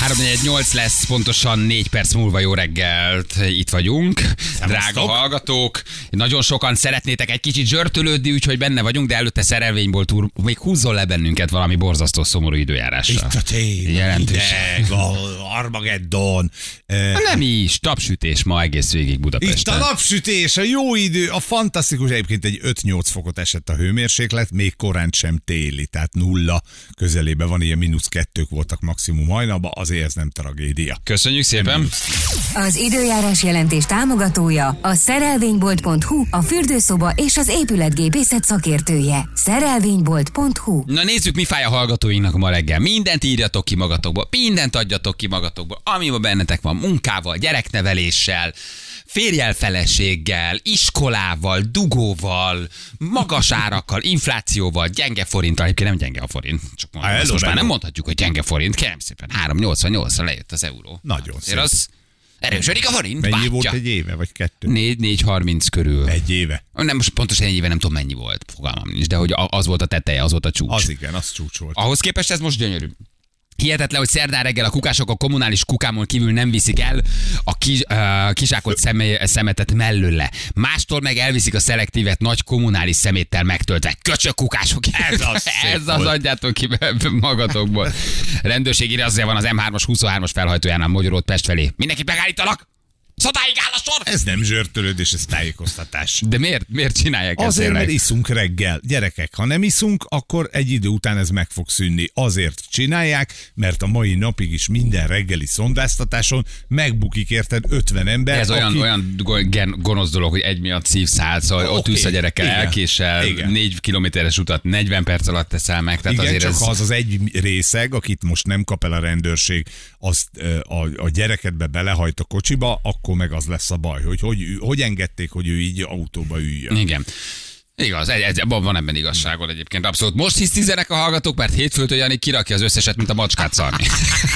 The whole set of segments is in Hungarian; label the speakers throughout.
Speaker 1: 3-4-8 lesz, pontosan 4 perc múlva. Jó reggelt, itt vagyunk. Drága hallgatók, nagyon sokan szeretnétek egy kicsit zsörtölődni, úgyhogy benne vagyunk, de előtte szerelvényból túl még húzzon le bennünket valami borzasztó szomorú időjárással.
Speaker 2: Itt a tél,
Speaker 1: jelentősen.
Speaker 2: Armageddon.
Speaker 1: Nem is, napsütés ma egész végig Budapesten.
Speaker 2: Itt a napsütés, a jó idő, a fantasztikus, egyébként egy 5-8 fokot esett a hőmérséklet, még korán sem téli, tehát 0 közelében van, ilyen -2 voltak maximum hajnalban, azért ez nem tragédia.
Speaker 1: Köszönjük szépen!
Speaker 3: Az időjárás jelentés támogatója a szerelvénybolt.hu, a fürdőszoba és az épületgépészet szakértője. Szerelvénybolt.hu.
Speaker 1: Na nézzük, mi fáj a hallgatóinknak ma reggel. Mindent írjatok ki magatokból, mindent adjatok ki magatokból, amiben bennetek van, munkával, gyerekneveléssel, férjel, feleséggel, iskolával, dugóval, magas árakkal, inflációval, gyenge forinttal. Egyébként nem gyenge a forint, csak most már nem mondhatjuk, hogy gyenge forint. Kérem szépen, 3,88-ra lejött az euró.
Speaker 2: Nagyon szép.
Speaker 1: Az erősödik a forint,
Speaker 2: Mennyi
Speaker 1: bátya.
Speaker 2: volt egy éve, vagy 2?
Speaker 1: 4,30 körül.
Speaker 2: Egy éve.
Speaker 1: Nem, most pontosan egy éve nem tudom mennyi volt, fogalmam nincs, de hogy az volt a teteje, az volt a csúcs.
Speaker 2: Az igen, az csúcs volt.
Speaker 1: Ahhoz képest ez most gyönyörű. Hihetetlen, hogy szerdán reggel a kukások a kommunális kukámon kívül nem viszik el a kizsákolt szemetet mellőle. Mástól meg elviszik a szelektívet nagy kommunális szeméttel megtöltve. Köcsök kukások! Ez az adjátok ki magatokból. Rendőrség írja, azért van az M3-as 23-as felhajtójánál Magyarót Pest felé. Mindenkit megállítanak! Szodáig áll a sor!
Speaker 2: Ez nem zsörtölődés, ez tájékoztatás.
Speaker 1: De miért csinálják ezt?
Speaker 2: Azért, mert iszunk reggel. Gyerekek, ha nem iszunk, akkor egy idő után ez meg fog szűnni. Azért csinálják, mert a mai napig is minden reggeli szondáztatáson megbukik érted 50 ember.
Speaker 1: Ez olyan gonosz dolog, hogy egy miatt szívszál, szóval ott ülsz a gyerekkel, elkésel, 4 kilométeres utat 40 perc alatt teszel meg. Tehát
Speaker 2: igen,
Speaker 1: azért
Speaker 2: csak
Speaker 1: ez...
Speaker 2: ha az egy részeg, akit most nem kap el a rendőrség, azt a gyerekedbe belehajt a kocsiba, akkor meg az lesz a baj, hogy engedték, hogy ő így autóba üljön.
Speaker 1: Igen. Igaz, van ebben igazságod egyébként, abszolút. Most hisztizenek a hallgatók, mert hétfőtől Jani kirakja az összeset, mint a macskát szarni.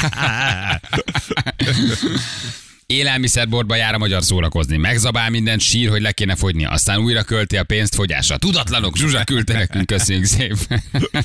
Speaker 1: Élelmiszerboltba jár a magyar szórakozni. Megzabál mindent, sír, hogy le kéne fogynia. Aztán újra költi a pénzt fogyásra. Tudatlanok, Zsuzsa küldte nekünk, köszönjük szépen.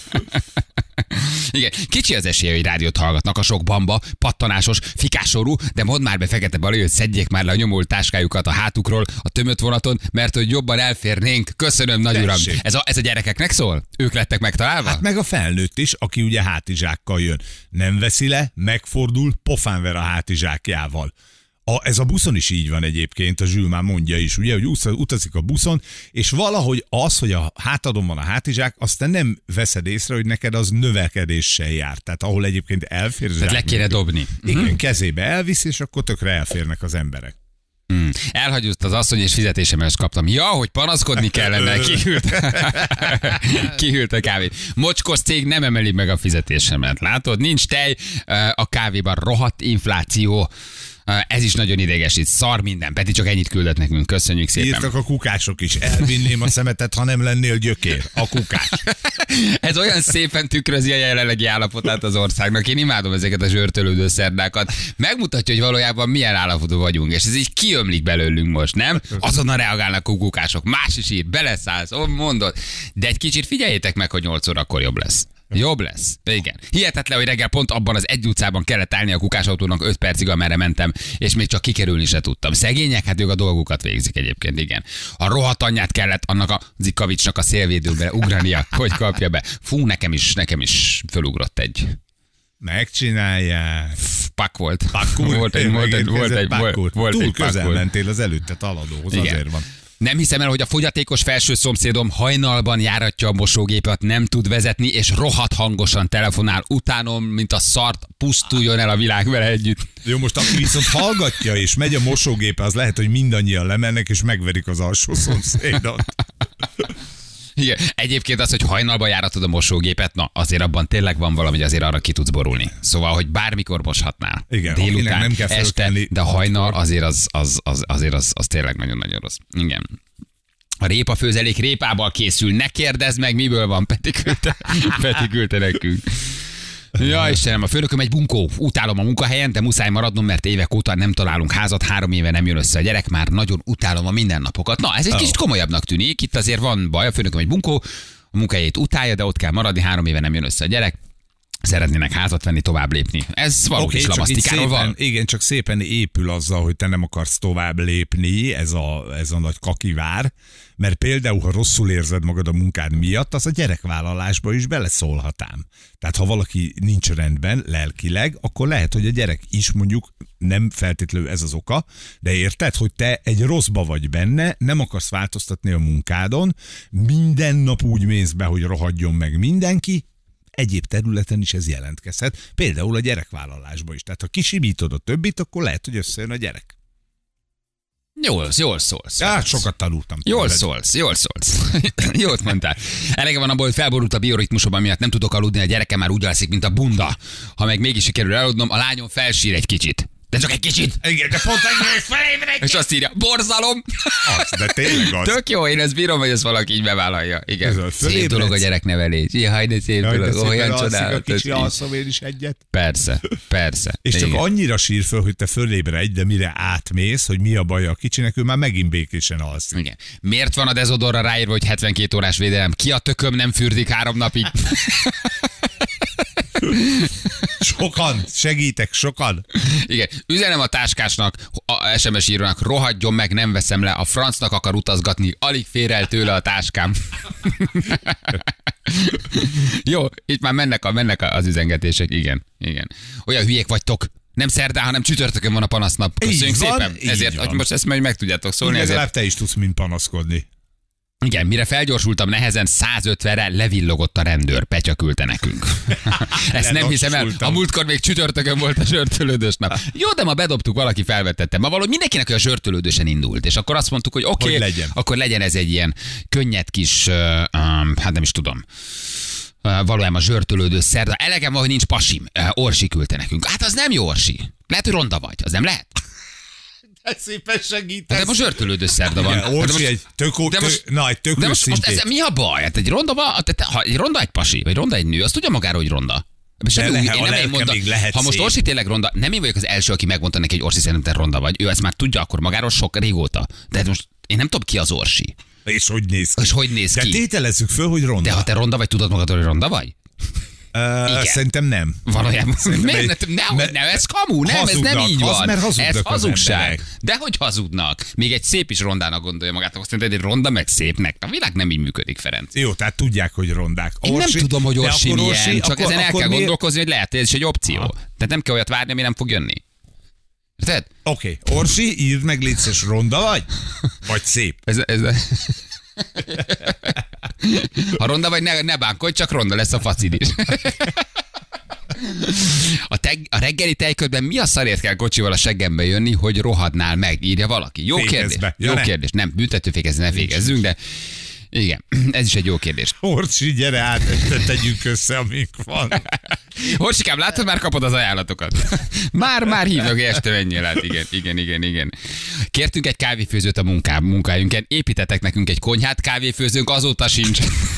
Speaker 1: Igen, kicsi az esélye, hogy rádiót hallgatnak a sok bamba, pattanásos, fikásorú, de mondd már be Fekete Balé, hogy szedjék már le a nyomult táskájukat a hátukról, a tömött vonaton, mert hogy jobban elférnénk. Köszönöm, nagy uram. Ez a gyerekeknek szól? Ők lettek megtalálva?
Speaker 2: Hát meg a felnőtt is, aki ugye hátizsákkal jön. Nem veszi le, megfordul, pofán ver a hátizsákjával. Ez a buszon is így van egyébként, a Zsül már mondja is, ugye, hogy utazik a buszon, és valahogy az, hogy a hátadon van a hátizsák, azt te nem veszed észre, hogy neked az növekedéssel jár. Tehát ahol egyébként elfér.
Speaker 1: Tehát le kéne dobni.
Speaker 2: Igen, kezébe elvisz, és akkor tökre elférnek az emberek.
Speaker 1: Elhagyott az asszony, és fizetésemhez kaptam. Ja, hogy panaszkodni kellene, kihűlt a kávét. Mocskos cég nem emeli meg a fizetésemet. Látod, nincs tej, a kávéban rohadt infláció. Ez is nagyon idegesít. Szar minden. Peti csak ennyit küldött nekünk. Köszönjük szépen.
Speaker 2: Írtak a kukások is. Elvinném a szemetet, ha nem lennél gyökér. A kukás.
Speaker 1: Ez olyan szépen tükrözi a jelenlegi állapotát az országnak. Én imádom ezeket a zsörtölődő szerdákat. Megmutatja, hogy valójában milyen állapotban vagyunk. És ez így kiömlik belőlünk most, nem? Azonnal reagálnak a kukások. Más is ír, beleszállsz, mondod. De egy kicsit figyeljétek meg, hogy 8 órakor jobb lesz. Jobb lesz. Igen. Hihetetlen, hogy reggel pont abban az egy utcában kellett állni a kukásautónak 5 percig, amerre mentem, és még csak kikerülni se tudtam. Szegények, hát ők a dolgukat végzik egyébként, igen. A rohadt anyját kellett annak a Zikavicsnak a szélvédőbe ugrania, hogy kapja be. Fú, nekem is fölugrott egy.
Speaker 2: Megcsinálják.
Speaker 1: Pak volt.
Speaker 2: Volt
Speaker 1: egy
Speaker 2: túl közel
Speaker 1: pak
Speaker 2: mentél az előtte taladóhoz,
Speaker 1: igen.
Speaker 2: Azért van.
Speaker 1: Nem hiszem el, hogy a fogyatékos felső szomszédom hajnalban járatja a mosógépet, nem tud vezetni, és rohadt hangosan telefonál utánom, mint a szart, pusztuljon el a világ vele együtt.
Speaker 2: Jó, most aki viszont hallgatja, és megy a mosógépe, az lehet, hogy mindannyian lemennek, és megverik az alsó szomszédot.
Speaker 1: Igen. Egyébként az, hogy hajnalban járatod a mosógépet, na azért abban tényleg van valami, hogy azért arra ki tudsz borulni. Szóval, hogy bármikor moshatnál.
Speaker 2: Igen,
Speaker 1: délután,
Speaker 2: nem kell
Speaker 1: este, de hajnal azért az tényleg nagyon-nagyon rossz. Igen. A répafőzelék répából készül, ne kérdezd meg, miből van, Peti küldte nekünk. Ja, Istenem, a főnököm egy bunkó. Utálom a munkahelyen, de muszáj maradnom, mert évek óta nem találunk házat, 3 éve nem jön össze a gyerek, már nagyon utálom a mindennapokat. Na, ez egy kicsit komolyabbnak tűnik, itt azért van baj, a főnököm egy bunkó, a munkahelyét utálja, de ott kell maradni, 3 éve nem jön össze a gyerek. szeretnének házat venni, tovább lépni. Ez való kis lamasztikáról van.
Speaker 2: Igen, csak szépen épül azzal, hogy te nem akarsz tovább lépni, ez a nagy kakivár, mert például, ha rosszul érzed magad a munkád miatt, az a gyerekvállalásba is beleszólhatám. Tehát ha valaki nincs rendben lelkileg, akkor lehet, hogy a gyerek is mondjuk nem feltétlenül ez az oka, de érted, hogy te egy rosszba vagy benne, nem akarsz változtatni a munkádon, minden nap úgy mész be, hogy rohadjon meg mindenki, egyéb területen is ez jelentkezhet, például a gyerekvállalásban is. Tehát ha kisimítod a többit, akkor lehet, hogy összejön a gyerek.
Speaker 1: Jól szólsz.
Speaker 2: Hát sokat tanultam.
Speaker 1: Jól szólsz. Jót mondtál. Elege van abból, hogy felborult a bioritmusom, miatt nem tudok aludni, a gyerekem már úgy alszik, mint a bunda. Ha meg mégis sikerül elaludnom, a lányom felsír egy kicsit. De csak egy kicsit.
Speaker 2: Igen, de pont egy felébredj.
Speaker 1: És azt írja, borzalom.
Speaker 2: De tényleg az.
Speaker 1: Tök jó, én ezt bírom, hogy ezt valaki így bevállalja. Igen. Szép
Speaker 2: fölébredsz.
Speaker 1: dolog a gyereknevelés. Jaj, de szép dolog. Olyan csodálatos.
Speaker 2: Kicsi alszom én is egyet.
Speaker 1: Persze.
Speaker 2: És csak
Speaker 1: Igen.
Speaker 2: annyira sír föl, hogy te fölébredj, de mire átmész, hogy mi a baj a kicsinek, ő már megint békésen alszik.
Speaker 1: Igen. Miért van a dezodorra ráírva, hogy 72 órás védelem? Ki a tököm nem fürdik 3 napig?
Speaker 2: Sokan, segítek, sokan.
Speaker 1: Igen, üzenem a táskásnak, a SMS írónak, rohadjon meg, nem veszem le, a francnak akar utazgatni, alig fér el tőle a táskám. Jó, itt már mennek az üzengetések, igen. Olyan hülyék vagytok, nem szerdán, hanem csütörtökön van a panasznap. Köszönjük szépen, ezért, hogy most ezt meg tudjátok szólni.
Speaker 2: Legalább te is tudsz mind panaszkodni.
Speaker 1: Igen, mire felgyorsultam nehezen, 150-re levillogott a rendőr, Petya küldte nekünk. Ezt nem hiszem el, a múltkor még csütörtökön volt a zsörtölődős nap. Jó, de ma bedobtuk, valaki felvetette. Ma valahogy mindenkinek olyan zsörtölődősen indult, és akkor azt mondtuk, hogy oké, akkor legyen ez egy ilyen könnyed kis, hát nem is tudom, valójában zsörtölődő szerda. Elegem van, hogy nincs pasim. Orsi küldte nekünk. Hát az nem jó, Orsi. Lehet, hogy ronda vagy, az nem lehet?
Speaker 2: De szépen segítesz.
Speaker 1: De most zsörtölődő szerda van.
Speaker 2: Igen, Orsi egy tök
Speaker 1: most ez mi a baj? Hát egy ronda van, ha egy ronda egy pasi, vagy ronda egy nő, azt tudja magáról, hogy ronda. Ha most Orsi tényleg ronda, nem én vagyok az első, aki megmondta neki, hogy Orsi szerintem ronda vagy. Ő ezt már tudja akkor magáról sok régóta. De most én nem tudom, ki az Orsi.
Speaker 2: És hogy néz ki?
Speaker 1: De
Speaker 2: tételezzük föl, hogy ronda.
Speaker 1: De ha te ronda vagy, tudod magadról, hogy ronda vagy?
Speaker 2: Szerintem nem.
Speaker 1: Valójában. Nem, ez kamu, nem, ez nem így van. Ez hazugság. Dehogy hazudnak. Még egy szép is rondának gondolja magát. Azt mondja, hogy egy ronda meg szépnek. A világ nem így működik, Ferenc.
Speaker 2: Jó, tehát tudják, hogy rondák.
Speaker 1: Én nem tudom, hogy Orsi milyen, csak ezen el kell gondolkozni, hogy lehet, hogy ez is egy opció. Tehát nem kell olyat várni, ami nem fog jönni. Érted?
Speaker 2: Oké. Orsi, írd meg, légy szíves, ronda vagy? Vagy szép?
Speaker 1: Ha ronda vagy, ne bánkodj, csak ronda lesz a facid is. A reggeli tejködben mi a szarért kell kocsival a seggembe jönni, hogy rohadnál meg? Írja valaki. Jó kérdés. Jó kérdés. Nem, büntetőfékezni ne fékezzünk, de igen, ez is egy jó kérdés.
Speaker 2: Orsi, gyere át, tegyünk össze, amink van.
Speaker 1: Orsikám, látod, már kapod az ajánlatokat. Már hívnak, este menjél át. Igen. Kértünk egy kávéfőzőt a munkájunken, építettek nekünk egy konyhát, kávéfőzőnk azóta sincs.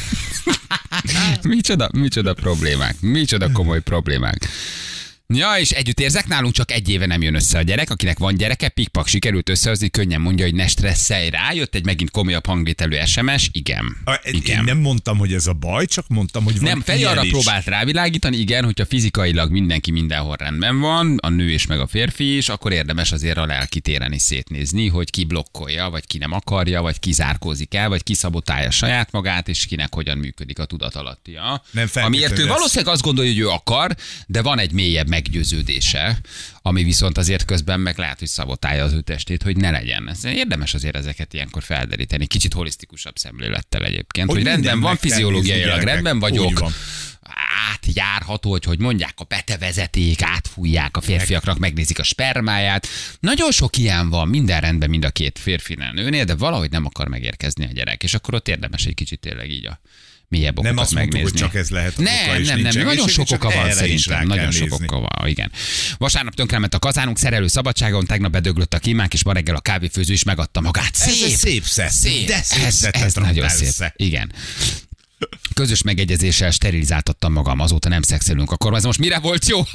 Speaker 1: Micsoda problémák, micsoda komoly problémák. Ja, és együtt érzek, nálunk csak 1 éve nem jön össze a gyerek, akinek van gyereke, pikpak sikerült összehozni, könnyen mondja, hogy ne stresszelj rá, jött egy megint komolyabb hangvételű SMS, igen.
Speaker 2: Én nem mondtam, hogy ez a baj, csak mondtam, hogy van.
Speaker 1: Nem, Feri arra próbált rávilágítani, igen, hogyha fizikailag mindenki mindenhol rendben van, a nő és meg a férfi is, akkor érdemes azért a lelki téren is szétnézni, hogy ki blokkolja, vagy ki nem akarja, vagy ki zárkózik el, vagy ki szabotálja saját magát, és kinek hogyan működik a tudatalattia. Amiért ő valószínűleg azt gondolja, hogy ő akar, de van egy mélyebb meggyőződése, ami viszont azért közben meg lehet, hogy szabotálja az ő testét, hogy ne legyen. Ez érdemes azért ezeket ilyenkor felderíteni. Kicsit holisztikusabb szemlélettel egyébként, hogy rendben van, fiziológiailag rendben vagyok, átjárható, hogy mondják, a betevezeték, átfújják a férfiaknak, megnézik a spermáját. Nagyon sok ilyen van, minden rendben mind a két férfinál, nőnél, de valahogy nem akar megérkezni a gyerek, és akkor ott érdemes egy kicsit tényleg így a mélyebb okokat
Speaker 2: nem azt
Speaker 1: megnézni.
Speaker 2: Mondtuk, hogy csak ez lehet.
Speaker 1: Nem. Nagyon sok oka van szerintem. Nagyon sok oka van, igen. Vasárnap tönkrement a kazánunk, szerelő szabadságon, tegnap bedöglött a kímánk, és ma reggel a kávéfőző is megadta magát.
Speaker 2: Szép.
Speaker 1: Ez nagyon szép. Igen. Közös megegyezéssel sterilizáltattam magam, azóta nem szexelünk. Akkor ez most mire volt jó?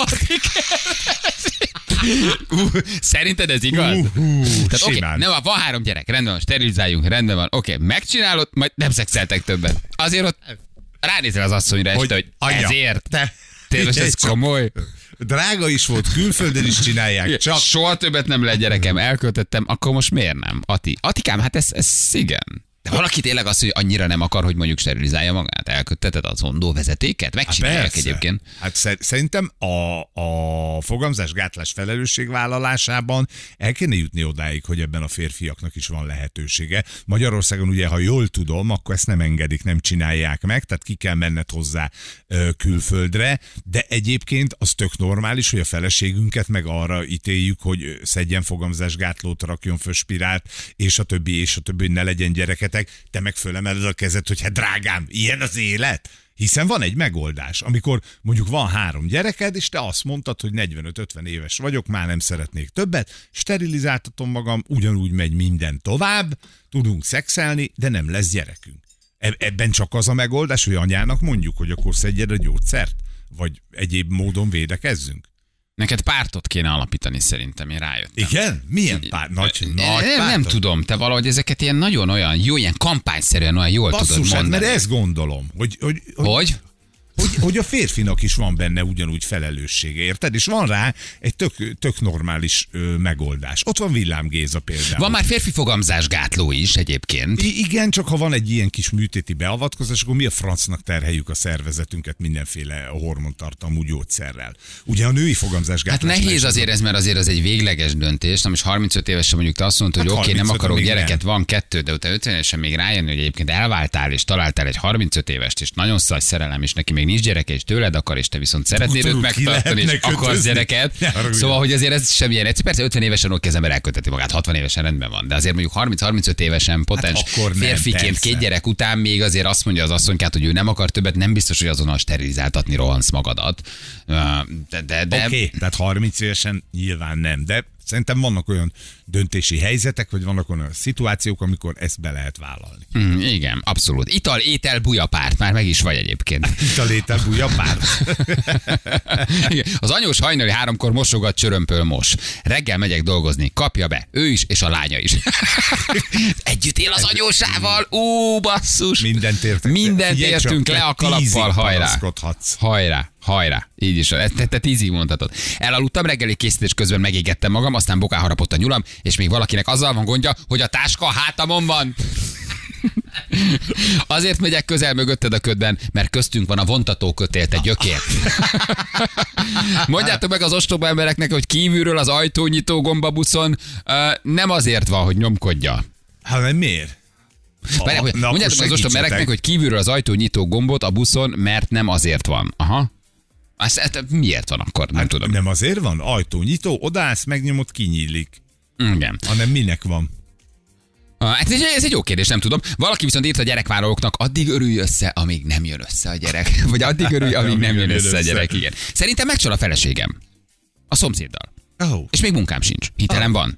Speaker 1: Szerinted ez igaz? Tehát oké, nem, van 3 gyerek, rendben van, sterilizáljunk, rendben van, oké, megcsinálod, majd nem szexeltek többet. Azért ott ránézel az asszonyra este, hogy
Speaker 2: anya,
Speaker 1: ezért. Tényleg ez komoly.
Speaker 2: Drága is volt, külföldön is csinálják. Csak...
Speaker 1: Soha többet nem lehet gyerekem, elköltöttem, akkor most miért nem? Atikám, hát ez igen. De valaki tényleg azt, hogy annyira nem akar, hogy mondjuk sterilizálja magát? Elkötteted az ondó vezetéket? Megcsinálják egyébként.
Speaker 2: Hát szerintem a fogamzásgátlás felelősségvállalásában el kéne jutni odáig, hogy ebben a férfiaknak is van lehetősége. Magyarországon ugye, ha jól tudom, akkor ezt nem engedik, nem csinálják meg, tehát ki kell menned hozzá külföldre, de egyébként az tök normális, hogy a feleségünket meg arra ítéljük, hogy szedjen fogamzásgátlót, rakjon föl spirált, és a többi, hogy ne legyen gyereket. Te meg fölemeled a kezed, hogy hát drágám, ilyen az élet. Hiszen van egy megoldás, amikor mondjuk van 3 gyereked, és te azt mondtad, hogy 45-50 éves vagyok, már nem szeretnék többet, sterilizáltatom magam, ugyanúgy megy minden tovább, tudunk szexelni, de nem lesz gyerekünk. Ebben csak az a megoldás, hogy anyának mondjuk, hogy akkor szedjed a gyógyszert, vagy egyéb módon védekezzünk.
Speaker 1: Neked pártot kéne alapítani szerintem, én rájöttem.
Speaker 2: Igen? Milyen párt? Nagy
Speaker 1: nem tudom, te valahogy ezeket ilyen nagyon olyan, jó, ilyen kampányszerűen olyan jól tudod mondani.
Speaker 2: Mert ezt gondolom, hogy a férfinak is van benne ugyanúgy felelőssége, érted? És van rá egy tök normális megoldás. Ott van Villám Géza például.
Speaker 1: Van már férfi fogamzásgátló is egyébként.
Speaker 2: Igen, csak ha van egy ilyen kis műtéti beavatkozás, akkor mi a francnak terheljük a szervezetünket mindenféle hormontartalmú gyógyszerrel. Ugye a női fogamzásgátlás...
Speaker 1: Hát nehéz azért ez, mert azért az egy végleges döntés. Nem is 35 évesen mondjuk te azt mondod, hogy oké, nem akarok gyereket, van 2, de utána 50 évesen még rájönni, hogy egyébként elváltál és találtál egy 35 évest, és nagyon szaj szerelem, és neki még nincs gyereke, és tőled akar, és te viszont szeretnéd őt megtartani, és akarsz gyereket. Szóval, hogy azért ez semmilyen egyszerű. Persze 50 évesen ott kezdem elköteti magát, 60 évesen rendben van, de azért mondjuk 30-35 évesen potens férfiként 2 gyerek után még azért azt mondja az asszonykát, hogy ő nem akar többet, nem biztos, hogy azonnal sterilizáltatni rohansz magadat.
Speaker 2: Oké, tehát 30 évesen nyilván nem, de szerintem vannak olyan döntési helyzetek, vagy vannak olyan szituációk, amikor ezt be lehet vállalni.
Speaker 1: Igen, abszolút. Ital, étel, bujapárt, már meg is vagy egyébként.
Speaker 2: Ital, étel, bujapárt.
Speaker 1: Az anyós hajnali 3-kor mosogat, csörömpöl mos. Reggel megyek dolgozni, kapja be, ő is, és a lánya is. Együtt él az anyósával, basszus.
Speaker 2: Mindent
Speaker 1: értünk, le a kalappal, hajrá. Így is, te 10-ig mondhatod. Elaludtam, reggeli készítés közben megégettem magam, aztán bokán harapott a nyulam, és még valakinek azzal van gondja, hogy a táska a hátamon van. Azért megyek közel mögötted a ködben, mert köztünk van a vontatókötél, te gyökér. Mondjátok meg az ostoba embereknek, hogy kívülről az ajtónyitó gombabuszon nem azért van, hogy nyomkodja.
Speaker 2: Hát miért?
Speaker 1: Mondjátok meg az ostoba embereknek, hogy kívülről az ajtónyitó gombot a buszon, mert nem azért van. Aha. Miért van akkor? Nem tudom.
Speaker 2: Nem azért van? Ajtónyitó, odaállsz, megnyomod, kinyílik.
Speaker 1: Igen.
Speaker 2: Hanem minek van?
Speaker 1: Hát ez egy jó kérdés, nem tudom. Valaki viszont írt a gyerekvállalóknak, addig örülj össze, amíg nem jön össze a gyerek. Vagy addig örülj, amíg nem jön össze a gyerek, igen. Szerintem megcsal a feleségem. A szomszéddal.
Speaker 2: Oh.
Speaker 1: És még munkám sincs. Hitelem van.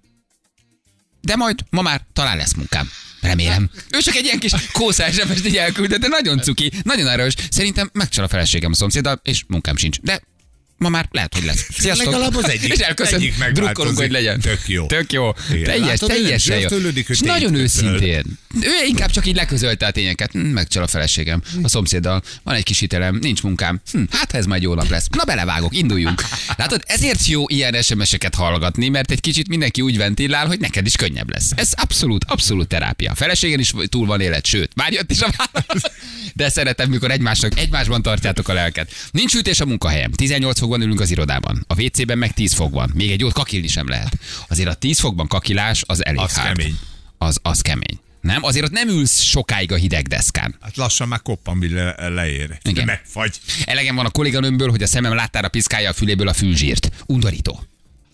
Speaker 1: De majd ma már talán lesz munkám. Remélem. Ő csak egy ilyen kis kószás SMS-t így elküldött, de nagyon cuki, nagyon erős. Szerintem megcsal a feleségem a szomszéddal, és munkám sincs. De ma már lehet, hogy lesz. Sziasztok.
Speaker 2: Legalább az egyik.
Speaker 1: És elköszön. Drukkolunk, hogy legyen.
Speaker 2: Tök jó.
Speaker 1: Teljesen jó. És nagyon őszintén. Ő inkább csak így leközölte a tényeket. Megcsal a feleségem. A szomszéddal van egy kis hitelem, nincs munkám. Hát ha ez majd jó nap lesz. Na belevágok, induljunk. Látod, ezért jó ilyen SMS-eket hallgatni, mert egy kicsit mindenki úgy ventilál, hogy neked is könnyebb lesz. Ez abszolút terápia. A feleségen is túl van élet, sőt, már jött is a válasz. De szeretem, mikor egymásban tartjátok a lelket. Nincs ütés a munkahelyem. 18 fokban ülünk az irodában. A WC-ben meg 10 fok van. Még egy jót kakilni sem lehet. Azért a 10 fokban kakilás az elég
Speaker 2: kemény.
Speaker 1: Az kemény. Nem? Azért ott nem ülsz sokáig a hideg deszkán.
Speaker 2: Hát lassan már koppan, mire leér.
Speaker 1: Igen.
Speaker 2: Megfagy.
Speaker 1: Elegem van a kolléganőmből, hogy a szemem láttára piszkálja a füléből a fülzsírt. Undorító.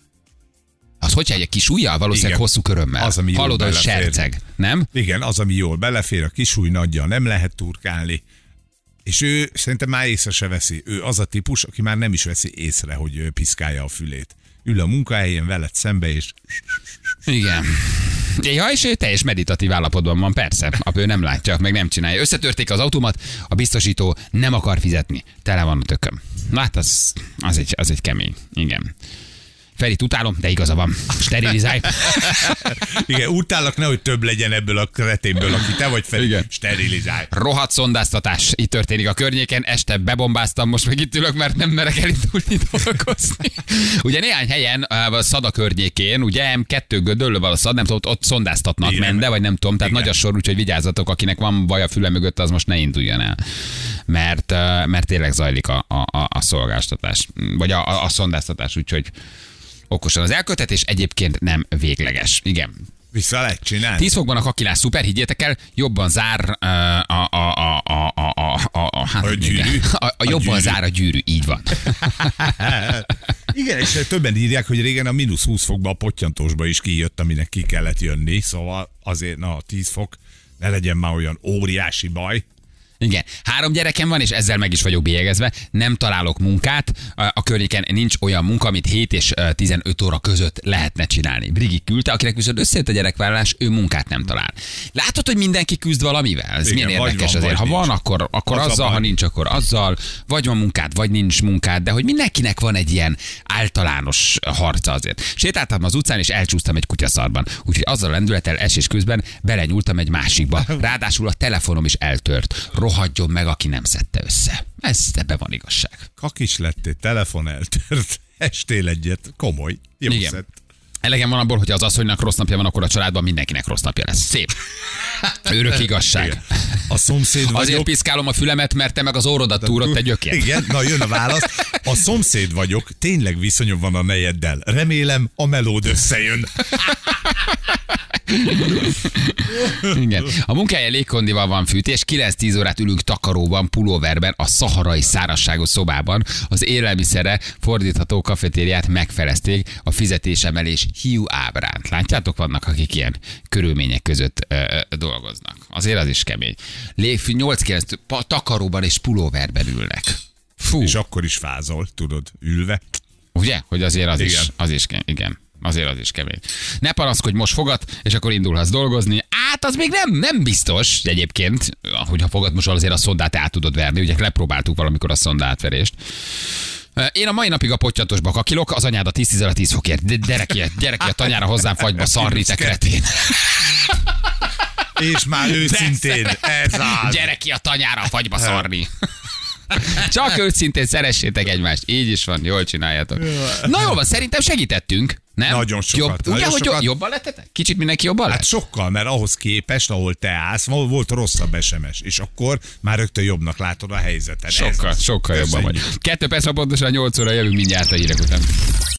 Speaker 1: Az hogyha egy kis ujjal, valószínűleg igen. Hosszú körömmel. Az, ami hallod, hogy serceg, nem?
Speaker 2: Igen, az, ami jól belefér, a kis ujj nagyja, nem lehet turkálni. És ő szerintem már észre se veszi. Ő az a típus, aki már nem is veszi észre, hogy piszkálja a fülét. Ül a munkahelyén veled szembe, és...
Speaker 1: Igen. Ja, és ő teljes meditatív állapotban van, persze. Ő nem látja, meg nem csinálja. Összetörték az automat, a biztosító nem akar fizetni. Tele van a tököm. Na hát az egy kemény. Igen. Feri, utálom, de igaza van. Sterilizálj.
Speaker 2: Igen, utállak, nehogy több legyen ebből a kreténből, aki te vagy Feri.
Speaker 1: Igen.
Speaker 2: Sterilizálj.
Speaker 1: Rohadt szondáztatás. Itt történik a környéken. Este bebombáztam, most meg itt ülök, mert nem merek elindulni dolgozni. Ugye néhány helyen a Szada környékén, ugye M2 Gödöllővel a Szad, nem tudom, ott szondáztatnak
Speaker 2: Igen.
Speaker 1: Mende, vagy nem tudom, tehát
Speaker 2: Igen.
Speaker 1: nagy a sor, úgyhogy vigyázzatok, akinek van baj a füle mögött, az most ne induljon el. Mert tényleg zajlik a szolgáltatás, vagy a szondáztatás, úgyhogy okosan az elkötetés egyébként nem végleges. Igen.
Speaker 2: Vissza lehet csinálni.
Speaker 1: 10 fokban a kakilás szuper, higgyétek el, jobban zár
Speaker 2: A gyűrű.
Speaker 1: A jobban
Speaker 2: gyűrű.
Speaker 1: zár a gyűrű, így van.
Speaker 2: Igen, és többen írják, hogy régen a mínusz 20 fokban a pottyantósba is kijött, aminek ki kellett jönni, szóval azért, na, 10 fok, ne legyen már olyan óriási baj.
Speaker 1: Igen. 3 gyerekem van, és ezzel meg is vagyok bélyegezve. Nem találok munkát. A környéken nincs olyan munka, amit 7 és 15 óra között lehetne csinálni. Brigi küldte, akinek viszont összejött a gyerekvállalás, ő munkát nem talál. Látod, hogy mindenki küzd valamivel? Ez
Speaker 2: Igen,
Speaker 1: milyen
Speaker 2: vagy
Speaker 1: érdekes
Speaker 2: van,
Speaker 1: azért. Ha
Speaker 2: vagy
Speaker 1: van,
Speaker 2: nincs.
Speaker 1: akkor
Speaker 2: Az a
Speaker 1: azzal,
Speaker 2: baj.
Speaker 1: ha nincs, akkor azzal. Vagy van munkád, vagy nincs munkád, de hogy mindenkinek van egy ilyen általános harca azért. Sétáltam az utcán, és elcsúsztam egy kutyaszarban. Úgyhogy azzal a lendülettel esés közben belenyúltam egy másikba. Ráadásul a telefonom is eltört. Rohadjon meg, aki nem szedte össze. Ebben van igazság.
Speaker 2: Kakis lettél, telefon eltört, estél egyet, komoly, jó
Speaker 1: Igen.
Speaker 2: szett.
Speaker 1: Elegem van abból, hogy az asszonynak rossz napja van, akkor a családban mindenkinek rossz napja lesz. Szép. Örök igazság.
Speaker 2: Igen. A szomszéd
Speaker 1: Azért
Speaker 2: vagyok.
Speaker 1: piszkálom a fülemet, mert te meg az órodat túrod, te gyökér.
Speaker 2: Igen, na jön a válasz. A szomszéd vagyok, tényleg viszonyom van a nejeddel. Remélem, a melód összejön.
Speaker 1: Igen. A munkája légkondival van fűtés, 9-10 órát ülünk takaróban, pulóverben, a szaharai szárazságos szobában. Az élelmiszerre fordítható kafetériát megfelezték, a fizetésemelés hiú ábránt. Látjátok, vannak, akik ilyen körülmények között dolgoznak. Azért az is kemény. 8-9 takaróban és pulóverben ülnek. Fú,
Speaker 2: És akkor is fázol, tudod, ülve.
Speaker 1: ugye? Hogy azért
Speaker 2: Igen.
Speaker 1: az is kemény. Igen. Azért az is kemény. Ne panaszkodj, most fogad, és akkor indulhatsz dolgozni. Az még nem biztos egyébként, hogyha fogad most azért a szondát át tudod verni. Ugye lepróbáltuk valamikor a szondátverést. Én a mai napig a pottyantosba kakilok, az anyád a 10 fokért. Gyere ki a tanyára hozzám fagyba, szarri, te kretén.
Speaker 2: És már őszintén, ez az.
Speaker 1: Gyere ki a tanyára a fagyba, szarni. Csak őszintén szeressétek egymást. Így is van, jól csináljátok. Na jó van, szerintem segítettünk. Nem?
Speaker 2: Nagyon sokat,
Speaker 1: Ugye,
Speaker 2: nagyon
Speaker 1: hogy
Speaker 2: sokat.
Speaker 1: jobban lettetek? Kicsit mindenki jobban
Speaker 2: Hát
Speaker 1: lett?
Speaker 2: sokkal, mert ahhoz képest, ahol te állsz, volt rosszabb SMS, és akkor már rögtön jobbnak látod a helyzetet.
Speaker 1: Sokkal jobban vagy.
Speaker 2: Köszönjük.
Speaker 1: 2 perc, pontosan 8 óra jövünk mindjárt a hírek után.